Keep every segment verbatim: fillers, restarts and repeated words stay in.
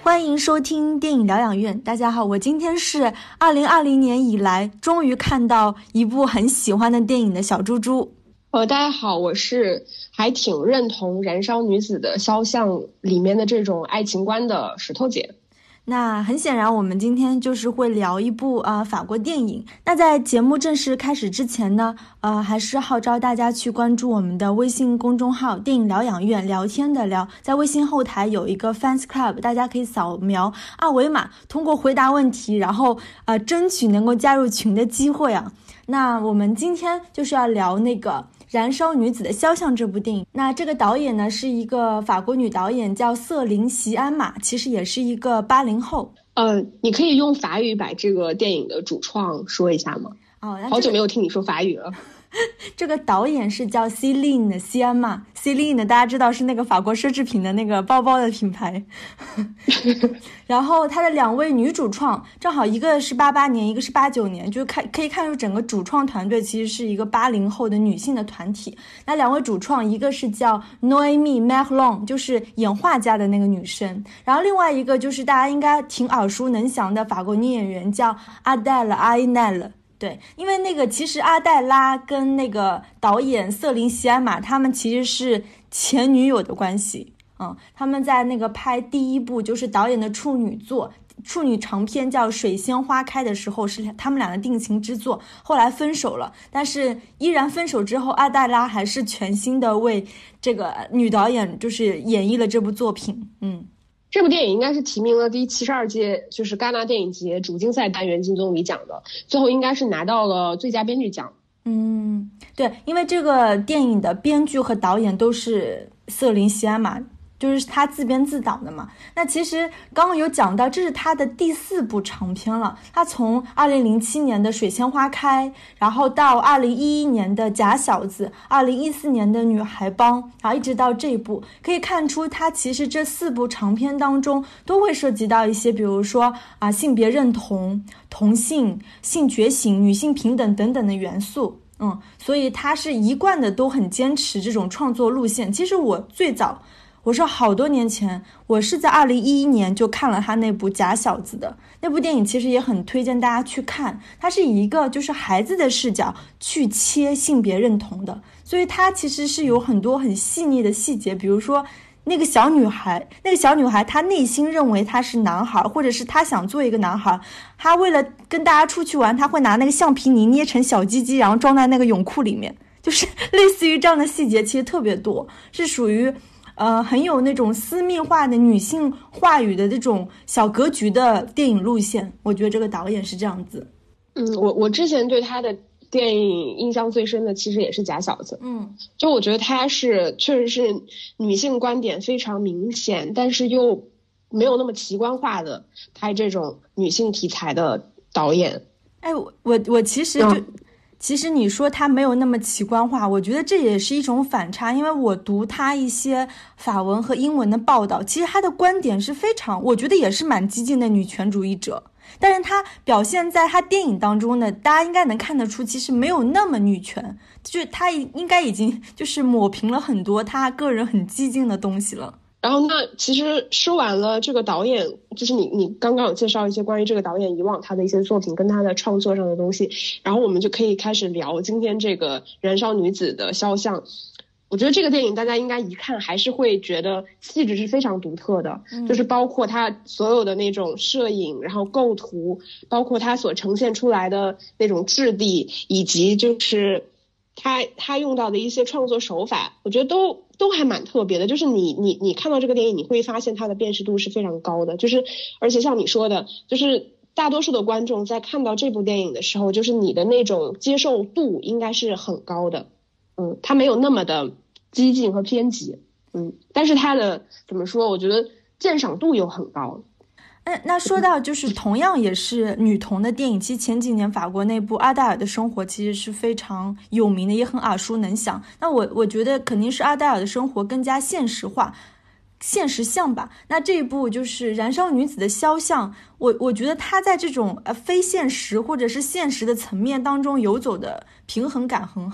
欢迎收听电影疗养院。大家好，我今天是二零二零年以来终于看到一部很喜欢的电影的小猪猪。 呃，大家好，我是还挺认同《燃烧女子的肖像》里面的这种爱情观的石头姐。 那很显然我们今天就是会聊一部呃法国电影。那在节目正式开始之前呢，呃还是号召大家去关注我们的微信公众号电影疗养院，聊天的聊，在微信后台有一个 fans club， 大家可以扫描二维码，通过回答问题然后呃争取能够加入群的机会啊。那我们今天就是要聊那个燃烧女子的肖像这部电影。那这个导演呢是一个法国女导演，叫瑟琳·席安玛，其实也是一个八零后。 呃，你可以用法语把这个电影的主创说一下吗？ 哦，那、这个、 好久没有听你说法语了。 这个导演是叫 Celine 西安玛 Celine 大家知道是那个法国奢侈品的那个包包的品牌然后他的两位女主创正好一个是八八年一个是八九年，就看可以看出整个主创团队其实是一个八零后的女性的团体。那两位主创一个是叫 Noémie Merlan， 就是演画家的那个女生，然后另外一个就是大家应该挺耳熟能详的法国女演员叫 Adèle Haenel。对，因为那个其实阿黛拉跟那个导演瑟琳·席安玛他们其实是前女友的关系。嗯，他们在那个拍第一部就是导演的处女作处女长片叫《水仙花开》的时候是他们俩的定情之作，后来分手了，但是依然分手之后阿黛拉还是全心的为这个女导演就是演绎了这部作品。嗯， 这部电影应该是提名了第七十二届就是戛纳电影节主竞赛单元金棕榈奖的，最后应该是拿到了最佳编剧奖。 嗯，对，因为这个电影的编剧和导演都是瑟琳·席安玛，就是他自编自导的嘛。那其实刚刚有讲到，这是他的第四部长片了。他从二零零七年的《水仙花开》，然后到二零一一年的《假小子》，二零一四年的《女孩帮》，然后一直到这一部，可以看出他其实这四部长片当中都会涉及到一些，比如说啊性别认同、同性、性觉醒、女性平等等等的元素。嗯，所以他是一贯的都很坚持这种创作路线。其实我最早我是好多年前，我是在二零一一年就看了他那部假小子的那部电影，其实也很推荐大家去看。它是以一个就是孩子的视角去切性别认同的，所以它其实是有很多很细腻的细节，比如说那个小女孩那个小女孩她内心认为她是男孩，或者是她想做一个男孩，她为了跟大家出去玩，她会拿那个橡皮泥捏成小鸡鸡，然后装在那个泳裤里面，就是类似于这样的细节其实特别多，是属于呃，很有那种私密化的女性话语的这种小格局的电影路线。我觉得这个导演是这样子。 嗯，我我之前对他的电影印象最深的其实也是假小子。 嗯， 就我觉得他是确实是女性观点非常明显，但是又没有那么奇观化的拍这种女性题材的导演。 哎，我我其实就、嗯其实你说他没有那么奇观化，我觉得这也是一种反差，因为我读他一些法文和英文的报道，其实他的观点是非常，我觉得也是蛮激进的女权主义者，但是他表现在他电影当中呢，大家应该能看得出其实没有那么女权，就是他应该已经就是抹平了很多他个人很激进的东西了。 然后那其实说完了这个导演，就是你你刚刚有介绍一些关于这个导演以往他的一些作品跟他的创作上的东西，然后我们就可以开始聊今天这个燃烧女子的肖像。我觉得这个电影大家应该一看还是会觉得气质是非常独特的、嗯、就是包括它所有的那种摄影，然后构图，包括它所呈现出来的那种质地，以及就是他他用到的一些创作手法，我觉得都都还蛮特别的。就是你你你看到这个电影，你会发现它的辨识度是非常高的，就是而且像你说的，就是大多数的观众在看到这部电影的时候，就是你的那种接受度应该是很高的。嗯，它没有那么的激进和偏激。嗯，但是它的怎么说，我觉得鉴赏度又很高。 嗯，那说到就是同样也是女同的电影，其实前几年法国那部阿黛尔的生活其实是非常有名的，也很耳熟能详。那我我觉得肯定是阿黛尔的生活更加现实化现实像吧。那这一部就是燃烧女子的肖像，我我觉得它在这种呃非现实或者是现实的层面当中游走的平衡感很好。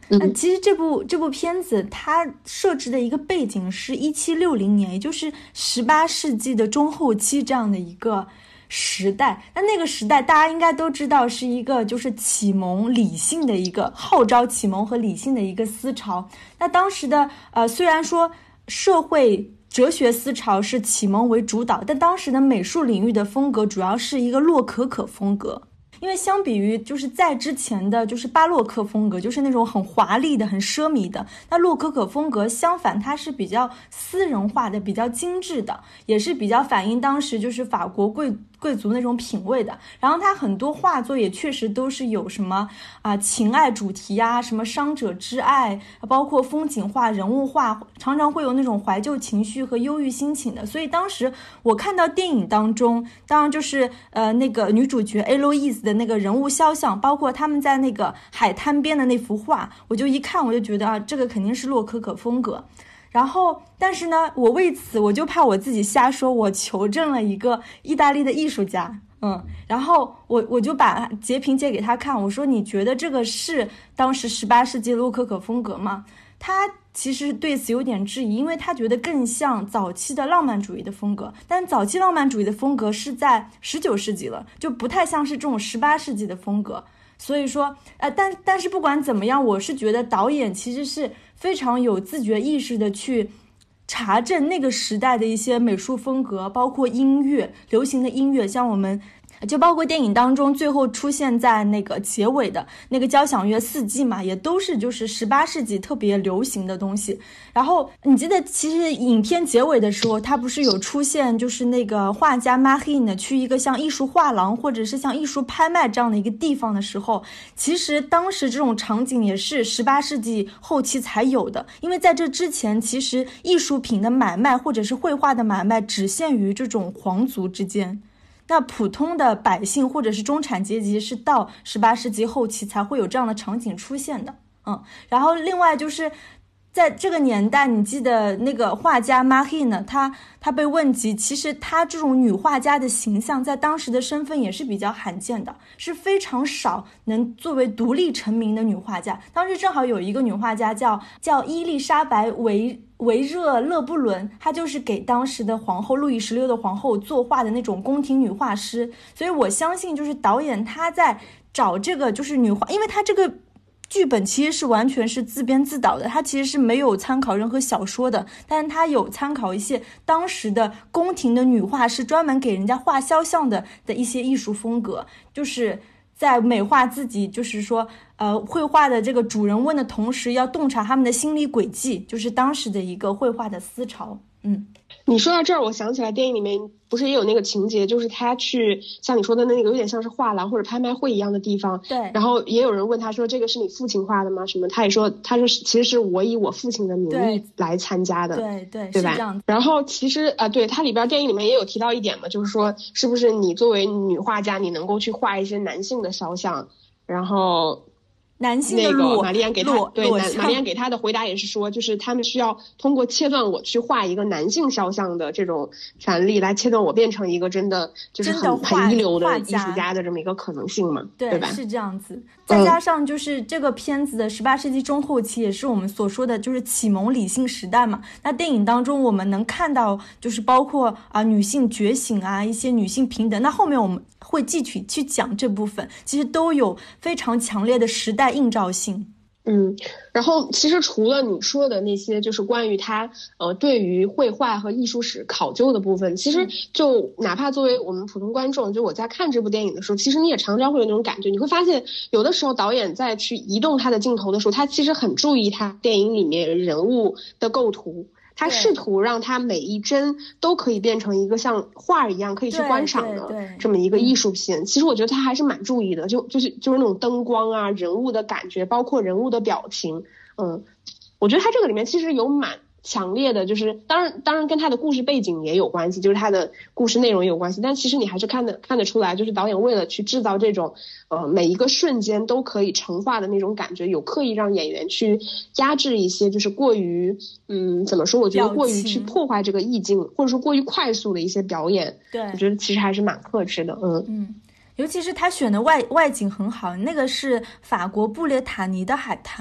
那其实这部这部片子它设置的一个背景是一七六零年，也就是十八世纪的中后期这样的一个时代。那那个时代大家应该都知道是一个就是启蒙理性的一个号召启蒙和理性的一个思潮。那当时的呃虽然说社会哲学思潮是启蒙为主导，但当时的美术领域的风格主要是一个洛可可风格。因为相比于就是在之前的就是巴洛克风格，就是那种很华丽的很奢靡的，那洛可可风格相反它是比较私人化的，比较精致的，也是比较反映当时就是法国贵贵族那种品味的。然后它很多画作也确实都是有什么啊、呃、情爱主题啊，什么伤者之爱，包括风景画人物画，常常会有那种怀旧情绪和忧郁心情的。所以当时我看到电影当中，当然就是呃那个女主角 Eloise 的那个人物肖像，包括他们在那个海滩边的那幅画，我就一看我就觉得啊，这个肯定是洛可可风格。然后但是呢我为此我就怕我自己瞎说，我求证了一个意大利的艺术家，嗯，然后我我就把截屏借给他看，我说你觉得这个是当时十八世纪洛可可风格吗？他其实对此有点质疑，因为他觉得更像早期的浪漫主义的风格，但早期浪漫主义的风格是在十九世纪了，就不太像是这种十八世纪的风格。所以说呃，但但是不管怎么样，我是觉得导演其实是非常有自觉意识的去查证那个时代的一些美术风格，包括音乐，流行的音乐，像我们就包括电影当中最后出现在那个结尾的那个交响乐四季嘛，也都是就是十八世纪特别流行的东西。然后你记得其实影片结尾的时候，它不是有出现就是那个画家 Marine 去一个像艺术画廊或者是像艺术拍卖这样的一个地方的时候，其实当时这种场景也是十八世纪后期才有的。因为在这之前其实艺术品的买卖或者是绘画的买卖只限于这种皇族之间，那普通的百姓或者是中产阶级是到十八世纪后期才会有这样的场景出现的。嗯，然后另外就是在这个年代，你记得那个画家 Marine 呢，他他被问及，其实他这种女画家的形象在当时的身份也是比较罕见的，是非常少能作为独立成名的女画家。当时正好有一个女画家叫叫伊丽莎白维维热勒布伦，她就是给当时的皇后路易十六的皇后作画的那种宫廷女画师。所以我相信就是导演他在找这个就是女画，因为他这个剧本其实是完全是自编自导的，他其实是没有参考任何小说的，但是他有参考一些当时的宫廷的女画师专门给人家画肖像的的一些艺术风格，就是在美化自己，就是说呃，绘画的这个主人翁的同时要洞察他们的心理轨迹，就是当时的一个绘画的思潮。嗯， 你说到这儿，我想起来电影里面不是也有那个情节，就是他去像你说的那个有点像是画廊或者拍卖会一样的地方， 对， 然后也有人问他说这个是你父亲画的吗什么，他也说他说其实是我以我父亲的名义来参加的， 对对对吧？ 是这样子。 然后其实啊、呃，对，他里边电影里面也有提到一点嘛，就是说是不是你作为女画家，你能够去画一些男性的肖像，然后男性的那个玛丽安给他对男玛丽安给他的回答也是说，就是他们需要通过切断我去画一个男性肖像的这种权利，来切断我变成一个真的就是很很一流的艺术家的这么一个可能性嘛，对, 对吧？ 是这样子。再加上就是这个片子的十八世纪中后期也是我们所说的就是启蒙理性时代嘛，那电影当中我们能看到就是包括啊女性觉醒啊，一些女性平等，那后面我们会继续去讲这部分，其实都有非常强烈的时代映照性。 嗯，然后其实除了你说的那些就是关于他呃对于绘画和艺术史考究的部分，其实就哪怕作为我们普通观众，就我在看这部电影的时候，其实你也常常会有那种感觉，你会发现有的时候导演在去移动他的镜头的时候，他其实很注意他电影里面人物的构图，他试图让他每一帧都可以变成一个像画一样可以去观赏的这么一个艺术品。其实我觉得他还是蛮注意的，就就是就是那种灯光啊，人物的感觉，包括人物的表情。嗯，我觉得他这个里面其实有蛮强烈的，就是当然当然跟他的故事背景也有关系，就是他的故事内容也有关系，但其实你还是看得看得出来，就是导演为了去制造这种呃每一个瞬间都可以成画的那种感觉，有刻意让演员去压制一些就是过于嗯怎么说，我觉得过于去破坏这个意境，或者说过于快速的一些表演。 对， 我觉得其实还是蛮克制的。嗯嗯，尤其是他选的外外景很好，那个是法国布列塔尼的海滩，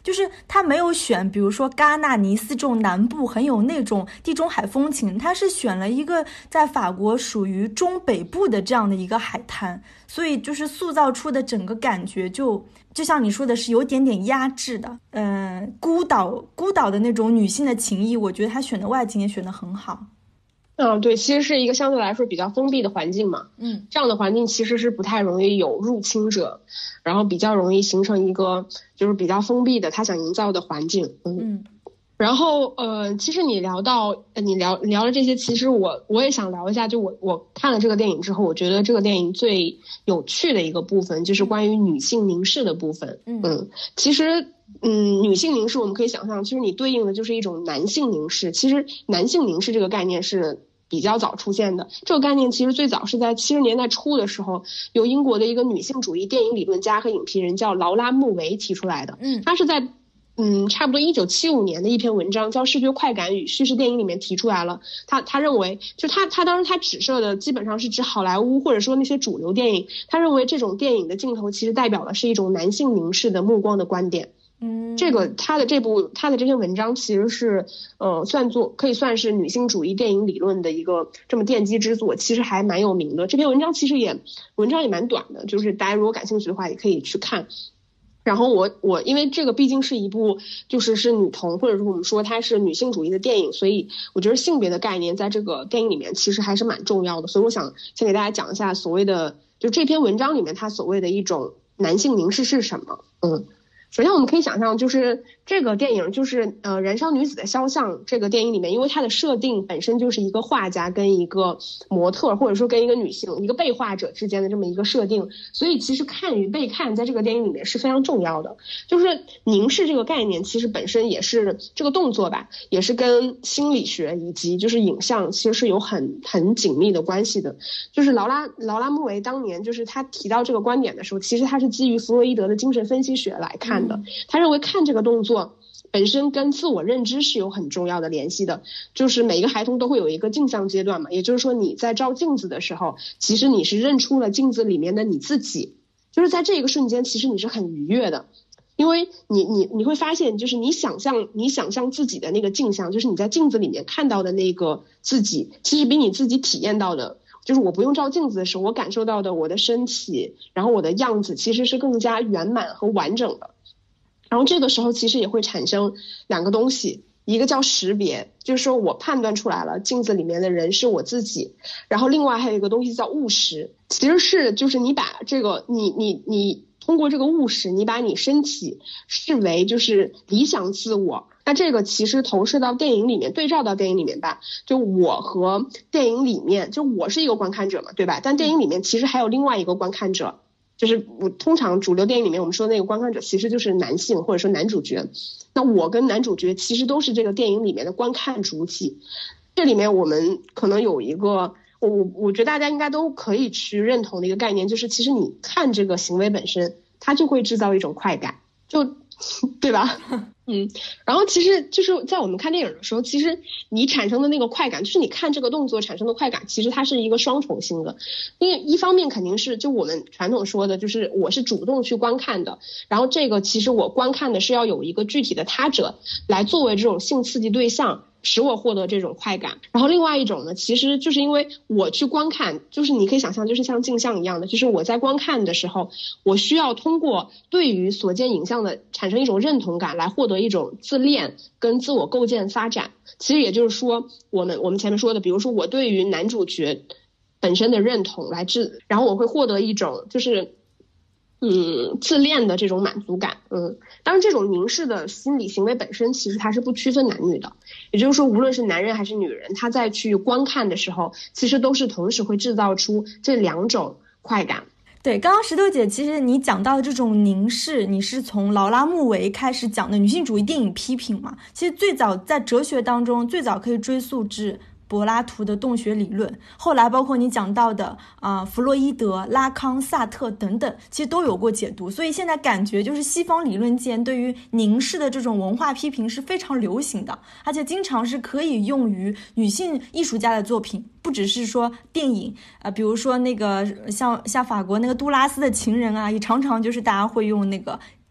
就是他没有选比如说戛纳尼斯这种南部很有那种地中海风情，他是选了一个在法国属于中北部的这样的一个海滩，所以就是塑造出的整个感觉就就像你说的是有点点压制的，嗯、呃，孤岛孤岛的那种女性的情谊，我觉得他选的外景也选得很好。 嗯，对，其实是一个相对来说比较封闭的环境嘛， 嗯， 这样的环境其实是不太容易有入侵者，然后比较容易形成一个就是比较封闭的他想营造的环境。嗯。嗯，然后呃，其实你聊到你聊聊了这些，其实我我也想聊一下，就我我看了这个电影之后，我觉得这个电影最有趣的一个部分就是关于女性凝视的部分。嗯，嗯其实嗯，女性凝视我们可以想象，其实你对应的就是一种男性凝视。其实男性凝视这个概念是比较早出现的，这个概念其实最早是在七十年代初的时候，由英国的一个女性主义电影理论家和影评人叫劳拉·穆维提出来的。嗯，她是在嗯，差不多一九七五年的一篇文章叫《视觉快感与叙事电影》里面提出来了。他他认为，就他他当时他指涉的基本上是指好莱坞或者说那些主流电影。他认为这种电影的镜头其实代表的是一种男性凝视的目光的观点。嗯，这个他的这部他的这篇文章其实是呃算作可以算是女性主义电影理论的一个这么奠基之作，其实还蛮有名的。这篇文章其实也文章也蛮短的，就是大家如果感兴趣的话也可以去看。然后我我因为这个毕竟是一部就是是女同或者说我们说它是女性主义的电影，所以我觉得性别的概念在这个电影里面其实还是蛮重要的。所以我想先给大家讲一下所谓的就这篇文章里面它所谓的一种男性凝视是什么。嗯，首先我们可以想象，就是这个电影就是呃《燃烧女子的肖像》这个电影里面，因为它的设定本身就是一个画家跟一个模特或者说跟一个女性一个被画者之间的这么一个设定，所以其实看与被看在这个电影里面是非常重要的。就是凝视这个概念其实本身也是这个动作吧，也是跟心理学以及就是影像其实是有很很紧密的关系的。就是劳拉劳拉穆维当年就是他提到这个观点的时候，其实他是基于弗洛伊德的精神分析学来看的。他认为看这个动作本身跟自我认知是有很重要的联系的，就是每个孩童都会有一个镜像阶段嘛，也就是说你在照镜子的时候，其实你是认出了镜子里面的你自己，就是在这个瞬间其实你是很愉悦的，因为你你你会发现就是你想象你想象自己的那个镜像，就是你在镜子里面看到的那个自己，其实比你自己体验到的，就是我不用照镜子的时候我感受到的我的身体然后我的样子其实是更加圆满和完整的。然后这个时候其实也会产生两个东西，一个叫识别，就是说我判断出来了镜子里面的人是我自己，然后另外还有一个东西叫务实，其实是就是你把这个你你你通过这个务实，你把你身体视为就是理想自我。那这个其实投射到电影里面，对照到电影里面吧，就我和电影里面就我是一个观看者嘛，对吧？但电影里面其实还有另外一个观看者，就是我通常主流电影里面我们说那个观看者其实就是男性或者说男主角，那我跟男主角其实都是这个电影里面的观看主体。这里面我们可能有一个我我觉得大家应该都可以去认同的一个概念，就是其实你看这个行为本身它就会制造一种快感，就对吧？嗯，然后其实就是在我们看电影的时候，其实你产生的那个快感，就是你看这个动作产生的快感，其实它是一个双重性的。因为一方面肯定是就我们传统说的，就是我是主动去观看的，然后这个其实我观看的是要有一个具体的他者来作为这种性刺激对象，使我获得这种快感。然后另外一种呢，其实就是因为我去观看，就是你可以想象就是像镜像一样的，就是我在观看的时候，我需要通过对于所见影像的产生一种认同感来获得一种自恋跟自我构建发展。其实也就是说我们我们前面说的，比如说我对于男主角本身的认同来自，然后我会获得一种就是嗯，自恋的这种满足感。嗯，当然这种凝视的心理行为本身其实它是不区分男女的，也就是说无论是男人还是女人，他在去观看的时候其实都是同时会制造出这两种快感。 对，刚刚石头姐其实你讲到的这种凝视，你是从劳拉穆维开始讲的女性主义电影批评嘛，其实最早在哲学当中最早可以追溯至柏拉图的洞穴理论，后来包括你讲到的啊、呃，弗洛伊德、拉康、萨特等等，其实都有过解读。所以现在感觉就是西方理论界对于凝视的这种文化批评是非常流行的，而且经常是可以用于女性艺术家的作品，不只是说电影，呃，比如说那个像像法国那个杜拉斯的情人啊，也常常就是大家会用那个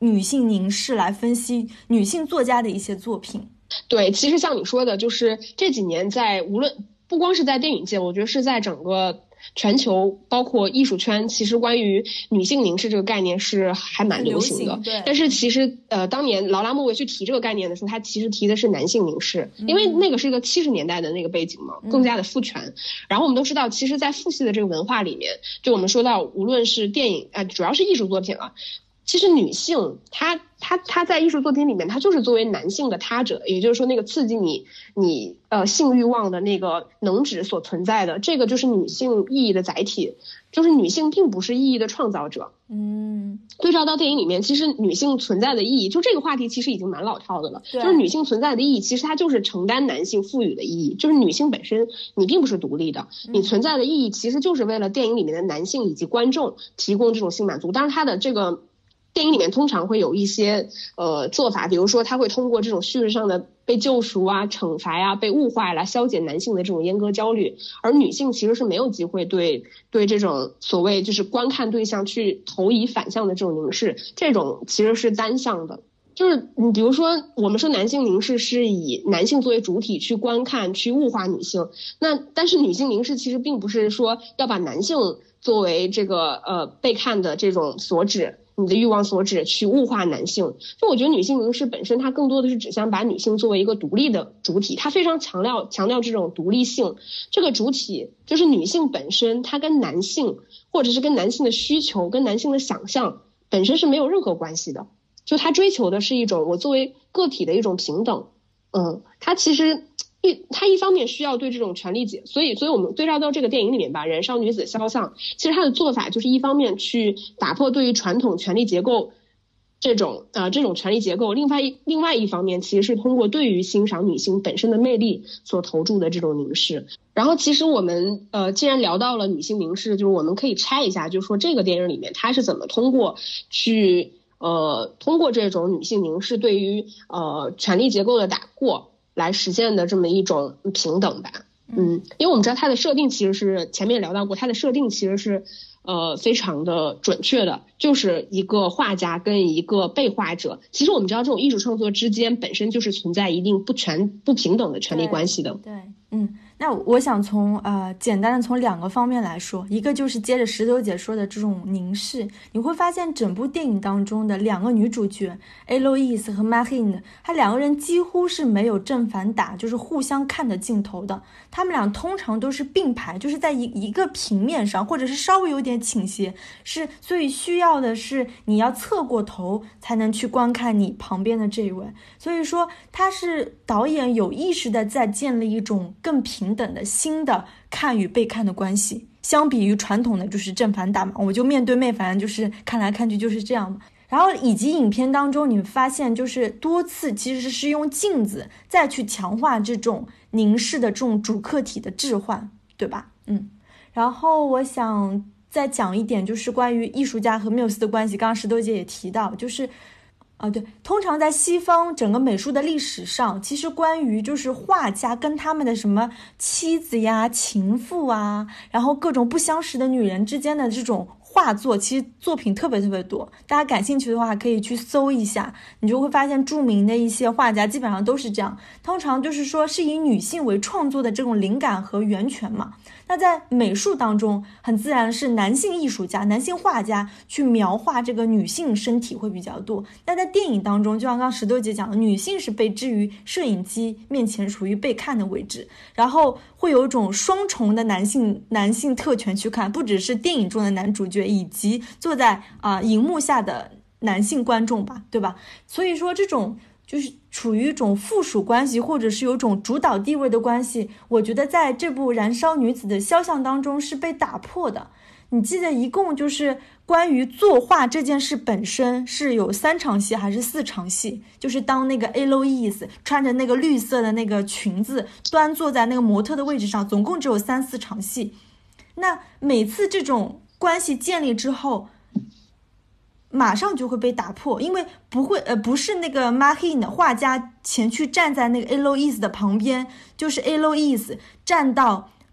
女性凝视来分析女性作家的一些作品。 对，其实像你说的，就是这几年在无论不光是在电影界，我觉得是在整个全球包括艺术圈，其实关于女性凝视这个概念是还蛮流行的。 对， 但是其实呃，当年劳拉莫维去提这个概念的时候，他其实提的是男性凝视，因为那个是一个七十年代的那个背景嘛，更加的父权。嗯、然后我们都知道，其实，在父系的这个文化里面，就我们说到，无论是电影啊、呃，主要是艺术作品了。其实女性她她她在艺术作品里面，她就是作为男性的他者，也就是说那个刺激你你呃性欲望的那个能指所存在的，这个就是女性意义的载体，就是女性并不是意义的创造者。 嗯， 对照到电影里面，其实女性存在的意义，就这个话题其实已经蛮老套的了，就是女性存在的意义，其实它就是承担男性赋予的意义，就是女性本身你并不是独立的，你存在的意义其实就是为了电影里面的男性以及观众提供这种性满足。当然它的这个电影里面通常会有一些呃做法，比如说他会通过这种叙事上的被救赎啊、惩罚呀、啊、被物化来消解男性的这种阉割焦虑，而女性其实是没有机会对对这种所谓就是观看对象去投以反向的这种凝视，这种其实是单向的。就是你比如说我们说男性凝视是以男性作为主体去观看去物化女性，那但是女性凝视其实并不是说要把男性作为这个呃被看的这种所指，你的欲望所指去物化男性。就我觉得女性凝视本身它更多的是指向把女性作为一个独立的主体，它非常强调强调这种独立性，这个主体就是女性本身，它跟男性或者是跟男性的需求跟男性的想象本身是没有任何关系的，就他追求的是一种我作为个体的一种平等。嗯，他其实一他一方面需要对这种权利解，所以所以我们对照到这个电影里面吧，燃烧女子肖像，其实他的做法就是一方面去打破对于传统权力结构这种呃这种权力结构，另外一另外一方面其实是通过对于欣赏女性本身的魅力所投注的这种凝视。然后其实我们呃既然聊到了女性凝视，就是我们可以拆一下，就是说这个电影里面它是怎么通过去呃通过这种女性凝视对于呃权力结构的打破来实现的这么一种平等吧。嗯，因为我们知道它的设定其实是前面聊到过，它的设定其实是呃非常的准确的，就是一个画家跟一个被画者，其实我们知道这种艺术创作之间本身就是存在一定不全不平等的权利关系的。 对，对嗯，那我想从呃简单的从两个方面来说，一个就是接着石头姐说的这种凝视，你会发现整部电影当中的两个女主角 Eloise 和 Marine， 她两个人几乎是没有正反打，就是互相看的镜头的，他们俩通常都是并排，就是在一一个平面上，或者是稍微有点倾斜，是所以需要的是你要侧过头才能去观看你旁边的这一位，所以说他是导演有意识的在建立一种更平等的新的看与被看的关系，相比于传统的就是正反打嘛，我就面对面，反正就是看来看去就是这样嘛。然后以及影片当中你发现就是多次其实是用镜子再去强化这种凝视的这种主客体的置换，对吧？嗯，然后我想再讲一点就是关于艺术家和缪斯的关系，刚刚石头姐也提到，就是啊，对，通常在西方整个美术的历史上，其实关于就是画家跟他们的什么妻子呀、情妇啊，然后各种不相识的女人之间的这种画作，其实作品特别特别多，大家感兴趣的话可以去搜一下，你就会发现著名的一些画家基本上都是这样，通常就是说是以女性为创作的这种灵感和源泉嘛。那在美术当中很自然是男性艺术家、男性画家去描画这个女性身体会比较多，但在电影当中就像刚刚石头姐讲的，女性是被置于摄影机面前属于被看的位置，然后会有一种双重的男性男性特权去看，不只是电影中的男主角以及坐在啊、呃、荧幕下的男性观众吧，对吧？所以说这种就是处于一种附属关系或者是有一种主导地位的关系，我觉得在这部燃烧女子的肖像当中是被打破的。你记得一共就是关于作画这件事本身是有三场戏还是四场戏，就是当那个 Eloise 穿着那个绿色的那个裙子端坐在那个模特的位置上，总共只有三四场戏。那每次这种关系建立之后马上就会被打破，因为不会呃不是那个 Marine 画家前去站在那个 Eloise 的旁边，就是 Eloise 站到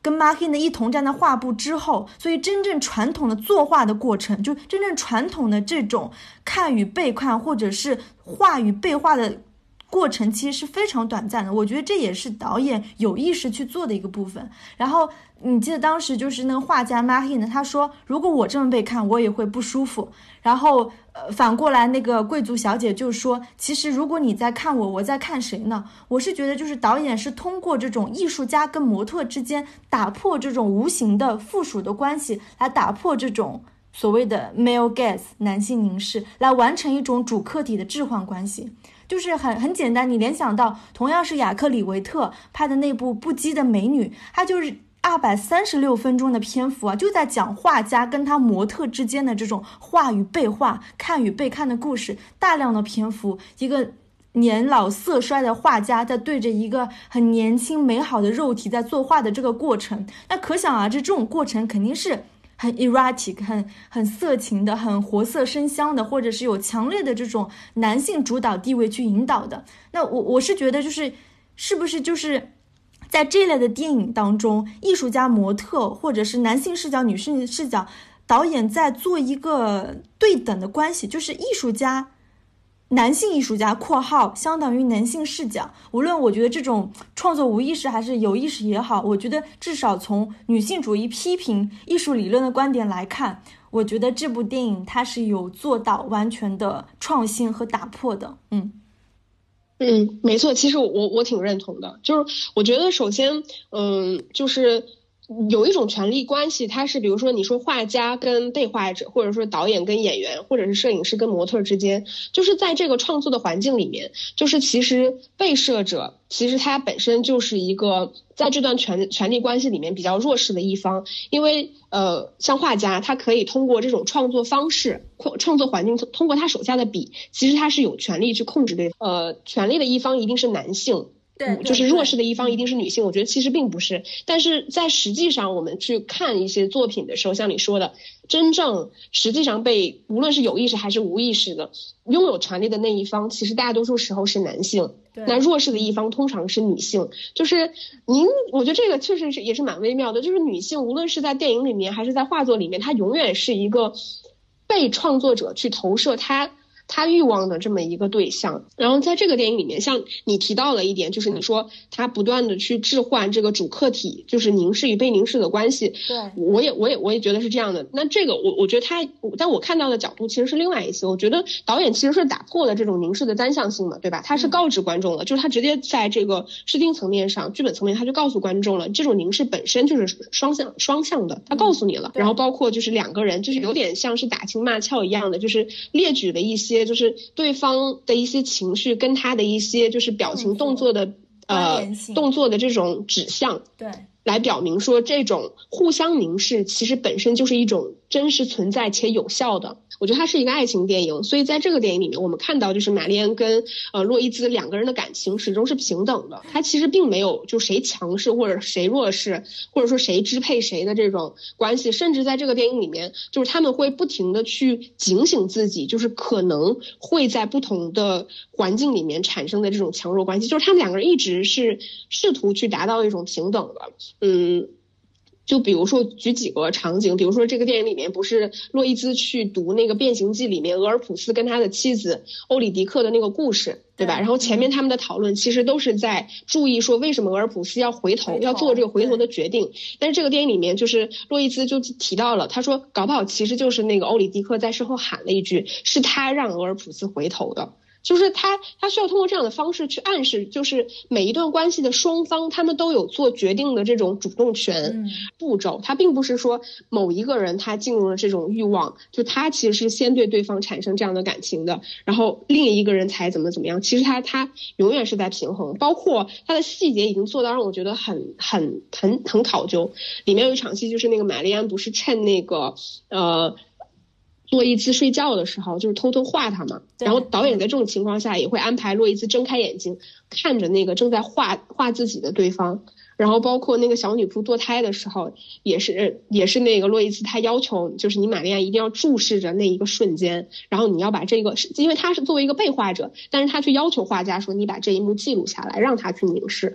跟 Markin 的一同站在画布之后，所以真正传统的作画的过程，就真正传统的这种看与被看或者是画与被画的过程其实是非常短暂的，我觉得这也是导演有意识去做的一个部分。然后你记得当时就是那个画家 Markin 他说如果我这么被看我也会不舒服，然后呃，反过来那个贵族小姐就说其实如果你在看我我在看谁呢？我是觉得就是导演是通过这种艺术家跟模特之间打破这种无形的附属的关系，来打破这种所谓的 male gaze 男性凝视，来完成一种主客体的置换关系。就是很很简单，你联想到同样是雅克里维特拍的那部不羁的美女，它就是二百三十六分钟的篇幅啊，就在讲画家跟他模特之间的这种画与被画、看与被看的故事，大量的篇幅，一个年老色衰的画家在对着一个很年轻美好的肉体在作画的这个过程，那可想而知这种过程肯定是很 erotic 很很色情的，很活色生香的，或者是有强烈的这种男性主导地位去引导的。那我我是觉得就是是不是就是在这类的电影当中，艺术家模特或者是男性视角女性视角，导演在做一个对等的关系，就是艺术家男性艺术家括号相当于男性视角，无论我觉得这种创作无意识还是有意识也好，我觉得至少从女性主义批评艺术理论的观点来看，我觉得这部电影它是有做到完全的创新和打破的。嗯嗯，没错，其实我我挺认同的，就是我觉得首先嗯就是有一种权力关系，它是比如说你说画家跟被画者，或者说导演跟演员，或者是摄影师跟模特之间，就是在这个创作的环境里面，就是其实被摄者其实他本身就是一个在这段权权力关系里面比较弱势的一方，因为呃像画家他可以通过这种创作方式创作环境，通过他手下的笔，其实他是有权利去控制对方，呃权力的一方一定是男性， 对， 就是弱势的一方一定是女性，我觉得其实并不是，但是在实际上我们去看一些作品的时候，像你说的，真正实际上被无论是有意识还是无意识的拥有权利的那一方，其实大多数时候是男性，那弱势的一方通常是女性。就是您我觉得这个确实是也是蛮微妙的，就是女性无论是在电影里面还是在画作里面，她永远是一个被创作者去投射她他欲望的这么一个对象。然后在这个电影里面，像你提到了一点，就是你说他不断的去置换这个主客体，就是凝视与被凝视的关系。 对， 我也我也我也觉得是这样的。那这个我我觉得他，但我看到的角度其实是另外一些。我觉得导演其实是打破了这种凝视的单向性嘛，对吧？他是告知观众了，嗯、就是他直接在这个视听层面上、剧本层面，他就告诉观众了，这种凝视本身就是双向双向的，他告诉你了。嗯、然后包括就是两个人，就是有点像是打情骂俏一样的，就是列举了一些。就是对方的一些情绪跟他的一些就是表情动作的呃动作的这种指向， 对， 来表明说这种互相凝视其实本身就是一种真实存在且有效的。我觉得它是一个爱情电影，所以在这个电影里面我们看到就是玛丽安跟呃洛伊兹两个人的感情始终是平等的，他其实并没有就谁强势或者谁弱势或者说谁支配谁的这种关系，甚至在这个电影里面就是他们会不停的去警醒自己，就是可能会在不同的环境里面产生的这种强弱关系，就是他们两个人一直是试图去达到一种平等的。嗯，就比如说举几个场景，比如说这个电影里面不是洛伊兹去读那个变形记里面俄尔普斯跟他的妻子欧里狄克的那个故事，对吧？然后前面他们的讨论其实都是在注意说为什么俄尔普斯要回头，要做这个回头的决定。但是这个电影里面就是洛伊兹就提到了，他说搞不好其实就是那个欧里狄克在身后喊了一句，是他让俄尔普斯回头的。就是他他需要通过这样的方式去暗示，就是每一段关系的双方他们都有做决定的这种主动权步骤，他并不是说某一个人他进入了这种欲望，就他其实是先对对方产生这样的感情的，然后另一个人才怎么怎么样，其实他他永远是在平衡，包括他的细节已经做到让我觉得很很很很考究。里面有一场戏就是那个玛丽安不是趁那个呃洛伊兹睡觉的时候就是偷偷画他嘛，然后导演在这种情况下也会安排洛伊兹睁开眼睛看着那个正在画画自己的对方，然后包括那个小女仆堕胎的时候也是也是那个洛伊兹他要求就是你玛丽安一定要注视着那一个瞬间，然后你要把这个，因为他是作为一个被画者，但是他却要求画家说你把这一幕记录下来让他去凝视。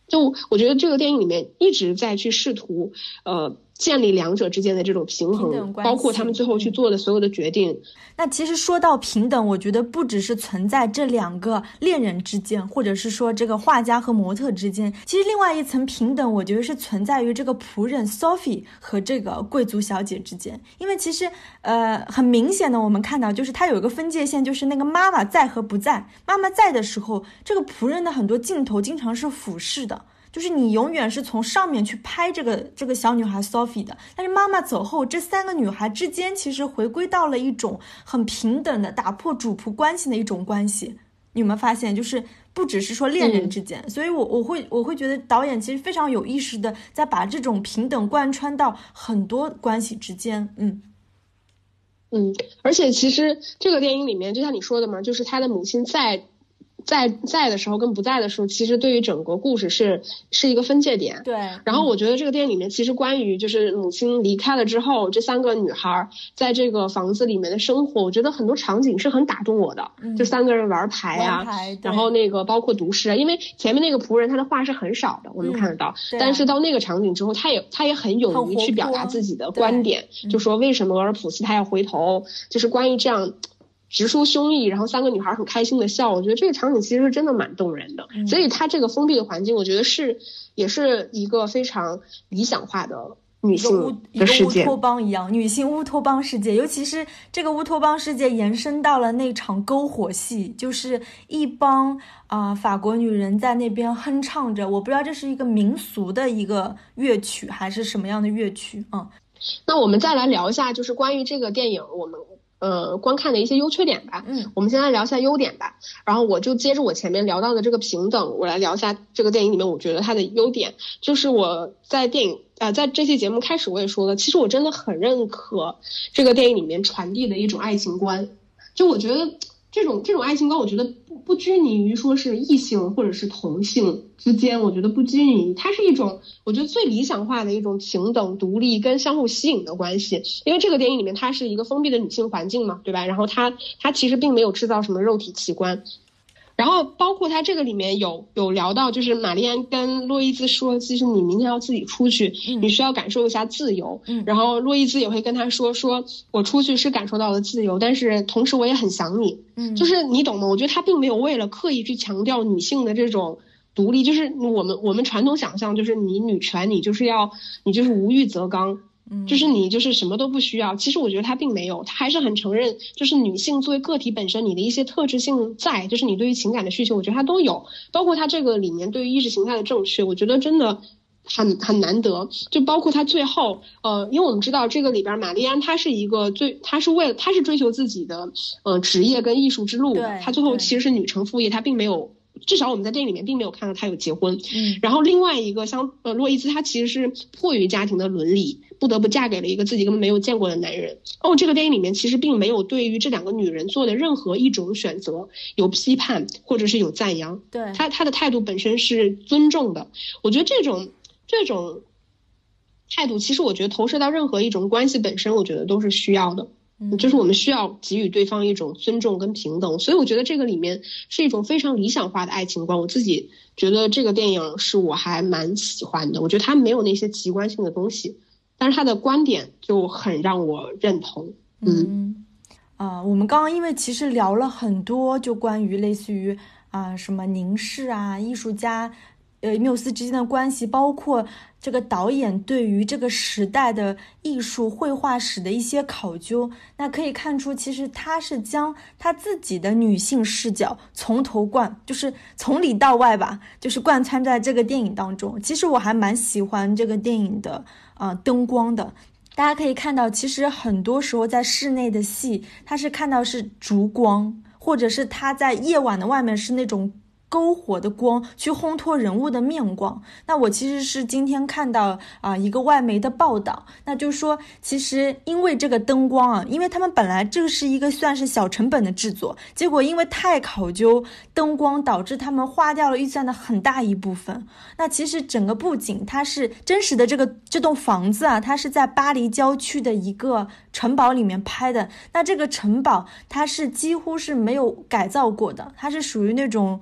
就我觉得这个电影里面一直在去试图呃建立两者之间的这种平衡，包括他们最后去做的所有的决定。 那其实说到平等，我觉得不只是存在这两个恋人之间，或者是说这个画家和模特之间，其实另外一层平等我觉得是存在于这个仆人 Sophie 和这个贵族小姐之间。因为其实呃很明显的我们看到就是它有一个分界线，就是那个妈妈在和不在。妈妈在的时候，这个仆人的很多镜头经常是俯视的，就是你永远是从上面去拍这个这个小女孩 Sophie 的。但是妈妈走后，这三个女孩之间其实回归到了一种很平等的打破主仆关系的一种关系。你有没有发现，就是不只是说恋人之间、嗯、所以我我会我会觉得导演其实非常有意识的在把这种平等贯穿到很多关系之间。嗯嗯，而且其实这个电影里面就像你说的嘛，就是他的母亲在在在的时候跟不在的时候，其实对于整个故事是是一个分界点。 对。 然后我觉得这个电影里面其实关于就是母亲离开了之后，这三个女孩在这个房子里面的生活，我觉得很多场景是很打动我的。嗯、就三个人玩牌啊， 玩牌然后那个包括读诗啊，因为前面那个仆人他的话是很少的，我们看得到。 嗯、 但是到那个场景之后，他也他也很勇于去表达自己的观点，就说为什么俄尔普斯他要回头，就是关于这样。直抒胸臆，然后三个女孩很开心的笑，我觉得这个场景其实是真的蛮动人的。嗯、所以它这个封闭的环境，我觉得是也是一个非常理想化的女性的世界， 一个乌托邦一样，女性乌托邦世界。尤其是这个乌托邦世界延伸到了那场篝火戏，就是一帮啊、呃、法国女人在那边哼唱着，我不知道这是一个民俗的一个乐曲还是什么样的乐曲啊、嗯。 那我们再来聊一下，就是关于这个电影我们。呃，观看的一些优缺点吧。 嗯， 我们先来聊一下优点吧。然后我就接着我前面聊到的这个平等，我来聊一下这个电影里面我觉得它的优点。就是我在电影呃，在这期节目开始我也说了，其实我真的很认可这个电影里面传递的一种爱情观。就我觉得这种这种爱情观，我觉得不不拘泥于说是异性或者是同性之间，我觉得不拘泥，它是一种我觉得最理想化的一种平等、独立跟相互吸引的关系。因为这个电影里面它是一个封闭的女性环境嘛，对吧？然后它它其实并没有制造什么肉体器官。然后包括他这个里面有有聊到，就是玛丽安跟洛伊兹说，其实你明天要自己出去、嗯、你需要感受一下自由、嗯、然后洛伊兹也会跟他说说我出去是感受到了自由，但是同时我也很想你。嗯，就是你懂吗？我觉得他并没有为了刻意去强调女性的这种独立，就是我们我们传统想象就是你女权你就是要你就是无欲则刚，就是你就是什么都不需要。其实我觉得他并没有，他还是很承认就是女性作为个体本身你的一些特质性在，就是你对于情感的需求我觉得他都有，包括他这个里面对于意识形态的正确，我觉得真的很很难得。就包括他最后呃，因为我们知道这个里边玛丽安她是一个最她是为了她是追求自己的呃职业跟艺术之路的，她最后其实是女成副业，她并没有，至少我们在电影里面并没有看到她有结婚。嗯，然后另外一个像呃洛伊兹，她其实是迫于家庭的伦理不得不嫁给了一个自己根本没有见过的男人。哦，这个电影里面其实并没有对于这两个女人做的任何一种选择有批判或者是有赞扬， 对， 她她的态度本身是尊重的。我觉得这种这种态度其实我觉得投射到任何一种关系本身我觉得都是需要的，就是我们需要给予对方一种尊重跟平等。所以我觉得这个里面是一种非常理想化的爱情观，我自己觉得这个电影是我还蛮喜欢的。我觉得它没有那些极端性的东西，但是他的观点就很让我认同。 嗯啊、呃，我们刚刚因为其实聊了很多就关于类似于啊、呃、什么凝视啊艺术家呃缪斯之间的关系，包括这个导演对于这个时代的艺术绘画史的一些考究，那可以看出其实他是将他自己的女性视角从头贯，就是从里到外吧，就是贯穿在这个电影当中。其实我还蛮喜欢这个电影的呃灯光的，大家可以看到其实很多时候在室内的戏它是看到是烛光，或者是它在夜晚的外面是那种篝火的光去烘托人物的面光。那我其实是今天看到啊、呃、一个外媒的报道，那就是说其实因为这个灯光啊，因为他们本来这是一个算是小成本的制作，结果因为太考究灯光导致他们花掉了预算的很大一部分。那其实整个布景它是真实的，这个这栋房子啊，它是在巴黎郊区的一个城堡里面拍的。那这个城堡它是几乎是没有改造过的，它是属于那种什么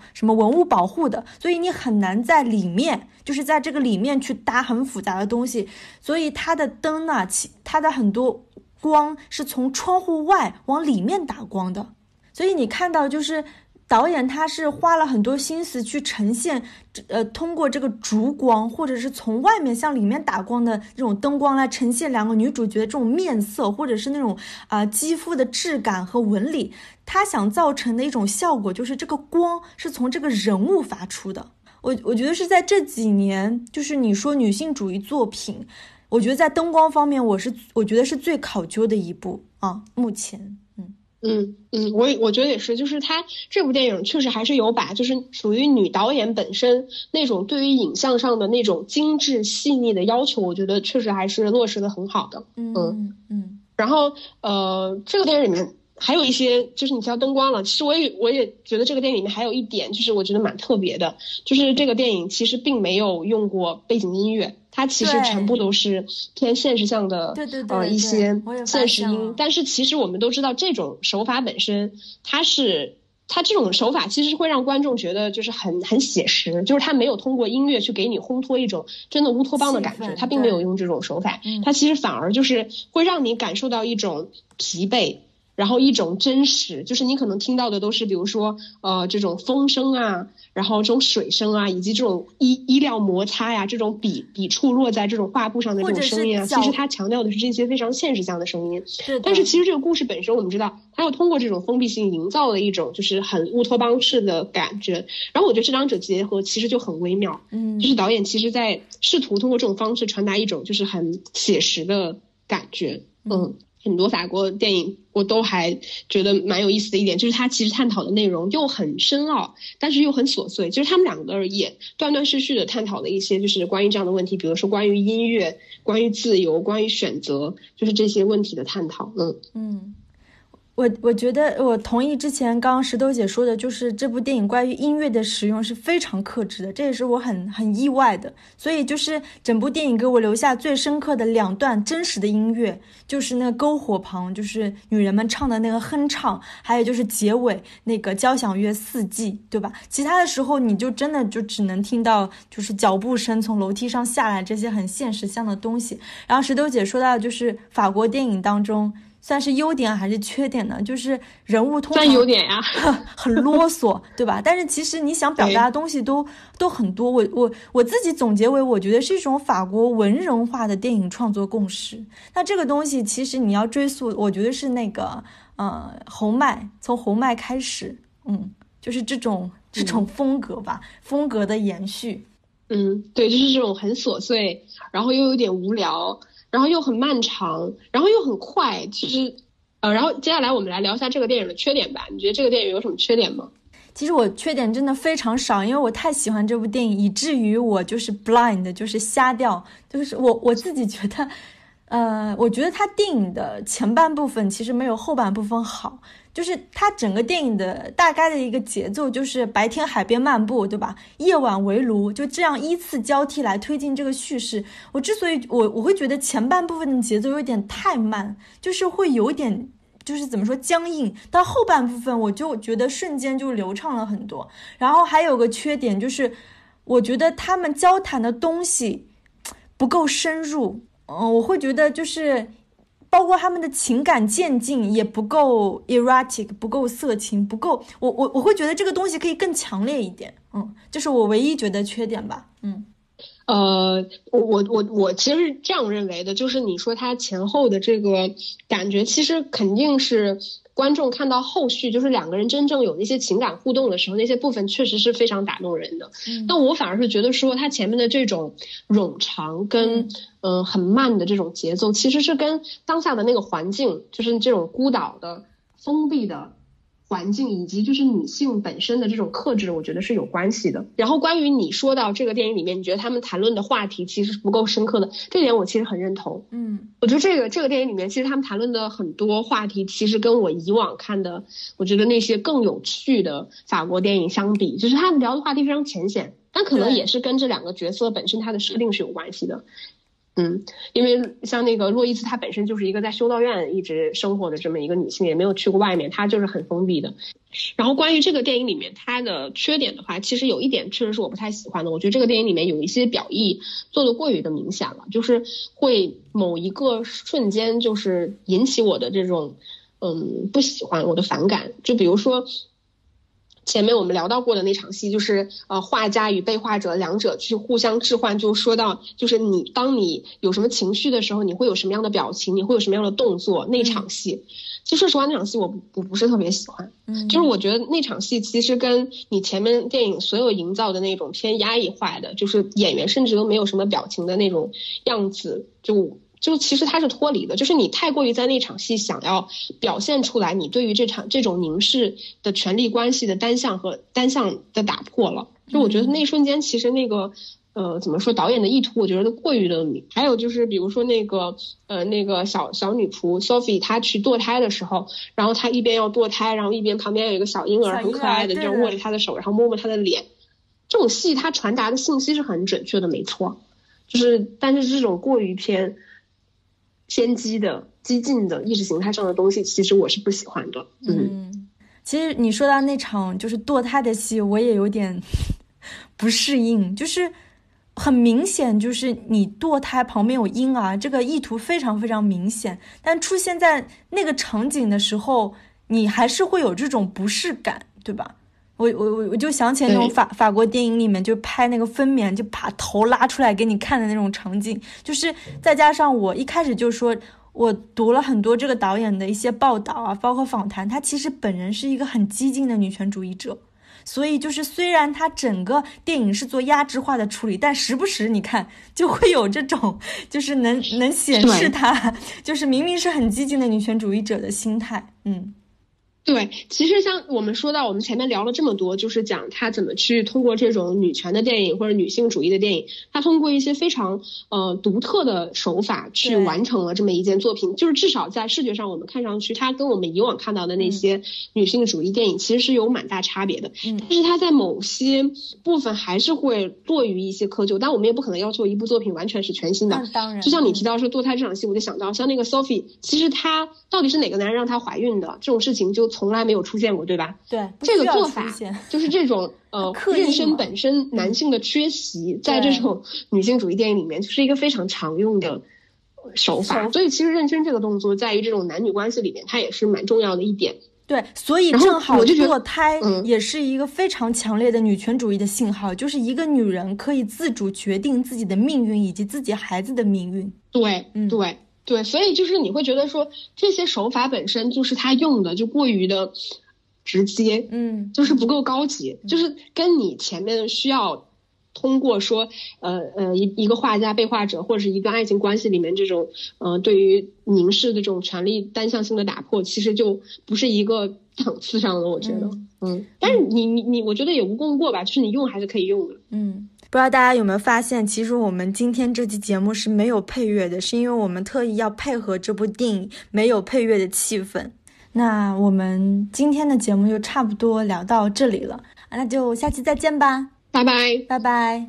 文物保护的，所以你很难在里面，就是在这个里面去搭很复杂的东西，所以它的灯呢，它的很多光是从窗户外往里面打光的，所以你看到就是导演他是花了很多心思去呈现，呃，通过这个烛光或者是从外面向里面打光的这种灯光来呈现两个女主角的这种面色，或者是那种啊、呃、肌肤的质感和纹理。他想造成的一种效果就是这个光是从这个人物发出的。我我觉得是在这几年，就是你说女性主义作品，我觉得在灯光方面，我是我觉得是最考究的一部啊，目前。 嗯嗯，我我觉得也是，就是他这部电影确实还是有把就是属于女导演本身那种对于影像上的那种精致细腻的要求，我觉得确实还是落实的很好的。 嗯嗯嗯。 然后呃，这个电影里面还有一些，就是你提到灯光了，其实我也我也觉得这个电影里面还有一点，就是我觉得蛮特别的，就是这个电影其实并没有用过背景音乐。它其实全部都是偏现实向的， 对对对， 呃，一些现实音。但是其实我们都知道，这种手法本身，它是它这种手法其实会让观众觉得就是很很写实，就是它没有通过音乐去给你烘托一种真的乌托邦的感觉，它并没有用这种手法，它其实反而就是会让你感受到一种疲惫。然后一种真实，就是你可能听到的都是比如说呃这种风声啊，然后这种水声啊，以及这种衣衣料摩擦呀，这种笔笔触落在这种画布上的这种声音啊，其实它强调的是这些非常现实向的声音。但是其实这个故事本身我们知道，它又通过这种封闭性营造了一种就是很乌托邦式的感觉。然后我觉得这两者结合其实就很微妙，嗯，就是导演其实在试图通过这种方式传达一种就是很写实的感觉。嗯，很多法国电影我都还觉得蛮有意思的一点，就是它其实探讨的内容又很深奥，但是又很琐碎。就是他们两个也断断续续的探讨了一些就是关于这样的问题，比如说关于音乐、关于自由、关于选择，就是这些问题的探讨。嗯嗯。我我觉得我同意之前刚刚石头姐说的，就是这部电影关于音乐的使用是非常克制的，这也是我很很意外的。所以就是整部电影给我留下最深刻的两段真实的音乐，就是那个篝火旁就是女人们唱的那个哼唱，还有就是结尾那个交响乐四季，对吧？其他的时候你就真的就只能听到就是脚步声从楼梯上下来这些很现实向的东西。然后石头姐说到就是法国电影当中算是优点还是缺点呢？就是人物通常算优点呀， 很啰嗦，对吧？但是其实你想表达的东西都都很多。我我我自己总结为，我觉得是一种法国文人化的电影创作共识。那这个东西其实你要追溯，我觉得是那个呃侯麦，从侯麦开始，嗯，就是这种这种风格吧，嗯、风格的延续。 嗯，对，就是这种很琐碎，然后又有点无聊。然后又很漫长，然后又很快，其实，呃，然后接下来我们来聊一下这个电影的缺点吧。你觉得这个电影有什么缺点吗？ 其实我缺点真的非常少，因为我太喜欢这部电影，以至于我就是 blind， 就是瞎掉，就是我我自己觉得，呃，我觉得它电影的前半部分其实没有后半部分好。就是它整个电影的大概的一个节奏就是白天海边漫步，对吧？夜晚围炉，就这样依次交替来推进这个叙事。我之所以我我会觉得前半部分的节奏有点太慢，就是会有点就是怎么说僵硬，到后半部分我就觉得瞬间就流畅了很多。然后还有个缺点就是，我觉得他们交谈的东西不够深入，嗯，我会觉得就是。包括他们的情感渐进也不够 erotic， 不够色情，不够，我我我会觉得这个东西可以更强烈一点，嗯，这是我唯一觉得缺点吧，嗯， 呃，我我我我其实是这样认为的，就是你说它前后的这个感觉，其实肯定是观众看到后续，就是两个人真正有那些情感互动的时候，那些部分确实是非常打动人的。嗯，但我反而是觉得说，它前面的这种冗长跟嗯、呃、很慢的这种节奏，其实是跟当下的那个环境，就是这种孤岛的封闭的环境，以及就是女性本身的这种克制，我觉得是有关系的。然后关于你说到这个电影里面，你觉得他们谈论的话题其实是不够深刻的，这点我其实很认同。嗯，我觉得这个这个电影里面，其实他们谈论的很多话题，其实跟我以往看的，我觉得那些更有趣的法国电影相比，就是他们聊的话题非常浅显，但可能也是跟这两个角色本身他的设定是有关系的。 嗯，因为像那个洛伊兹，她本身就是一个在修道院一直生活的这么一个女性，也没有去过外面，她就是很封闭的。然后关于这个电影里面它的缺点的话，其实有一点确实是我不太喜欢的，我觉得这个电影里面有一些表意做的过于的明显了，就是会某一个瞬间就是引起我的这种嗯不喜欢，我的反感。就比如说前面我们聊到过的那场戏，就是呃画家与被画者两者去互相置换，就说到就是你当你有什么情绪的时候，你会有什么样的表情，你会有什么样的动作，那场戏、嗯、其实说实话那场戏我不我不是特别喜欢，嗯，就是我觉得那场戏其实跟你前面电影所有营造的那种偏压抑化的，就是演员甚至都没有什么表情的那种样子，就就其实它是脱离的，就是你太过于在那场戏想要表现出来你对于这场这种凝视的权力关系的单向和单向的打破了。就我觉得那一瞬间其实那个呃怎么说导演的意图我觉得过于的明。还有就是比如说那个呃那个小小女仆 Sophie 她去堕胎的时候，然后她一边要堕胎，然后一边旁边有一个小婴儿很可爱的就握着她的手，然后摸摸她的脸，这种戏它传达的信息是很准确的没错，就是但是这种过于偏偏激的激进的意识形态上的东西其实我是不喜欢的。 嗯, 嗯其实你说到那场就是堕胎的戏我也有点不适应，就是很明显就是你堕胎旁边有婴儿，这个意图非常非常明显，但出现在那个场景的时候你还是会有这种不适感，对吧？我我我就想起那种法法国电影里面就拍那个分娩就把头拉出来给你看的那种场景，就是再加上我一开始就说我读了很多这个导演的一些报道啊，包括访谈，他其实本人是一个很激进的女权主义者，所以就是虽然他整个电影是做压制化的处理，但时不时你看就会有这种就是能能显示他就是明明是很激进的女权主义者的心态。嗯， 对，其实像我们说到我们前面聊了这么多，就是讲他怎么去通过这种女权的电影或者女性主义的电影，他通过一些非常呃独特的手法去完成了这么一件作品，就是至少在视觉上我们看上去他跟我们以往看到的那些女性主义电影其实是有蛮大差别的、嗯、但是他在某些部分还是会落于一些窠臼，但我们也不可能要求一部作品完全是全新的。 当然， 就像你提到说堕胎这场戏，我就想到像那个 Sophie， 其实她到底是哪个男人让她怀孕的这种事情就从来没有出现过，对吧？ 对， 这个做法就是这种呃妊娠本身男性的缺席，在这种女性主义电影里面就是一个非常常用的手法。所以其实妊娠这个动作在于这种男女关系里面它也是蛮重要的一点。 对，所以正好堕胎也是一个非常强烈的女权主义的信号、嗯、就是一个女人可以自主决定自己的命运以及自己孩子的命运。 对，嗯，对对，所以就是你会觉得说这些手法本身就是他用的就过于的直接，嗯，就是不够高级、嗯、就是跟你前面需要通过说呃呃一一个画家被画者或者是一段爱情关系里面这种呃对于凝视的这种权力单向性的打破其实就不是一个档次上的，我觉得。 嗯, 嗯但是你你你我觉得也无功过吧，就是你用还是可以用的。 嗯，不知道大家有没有发现其实我们今天这期节目是没有配乐的，是因为我们特意要配合这部电影没有配乐的气氛。那我们今天的节目就差不多聊到这里了，那就下期再见吧， 拜拜， 拜拜。